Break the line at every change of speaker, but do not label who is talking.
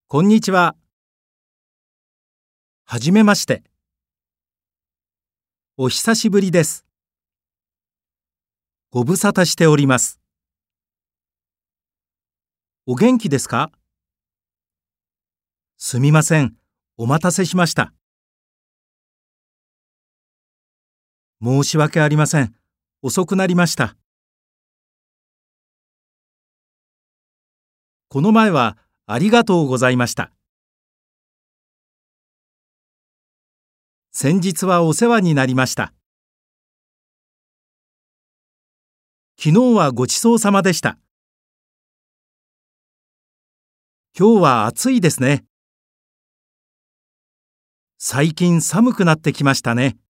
こんにちは。はじめまして。お久しぶりです。ご無沙汰しております。お元気ですか？すみません。お待たせしました。申し訳ありません。遅くなりました。この前はありがとうございました。先日はお世話になりました。昨日はごちそうさまでした。今日は暑いですね。最近寒くなってきましたね。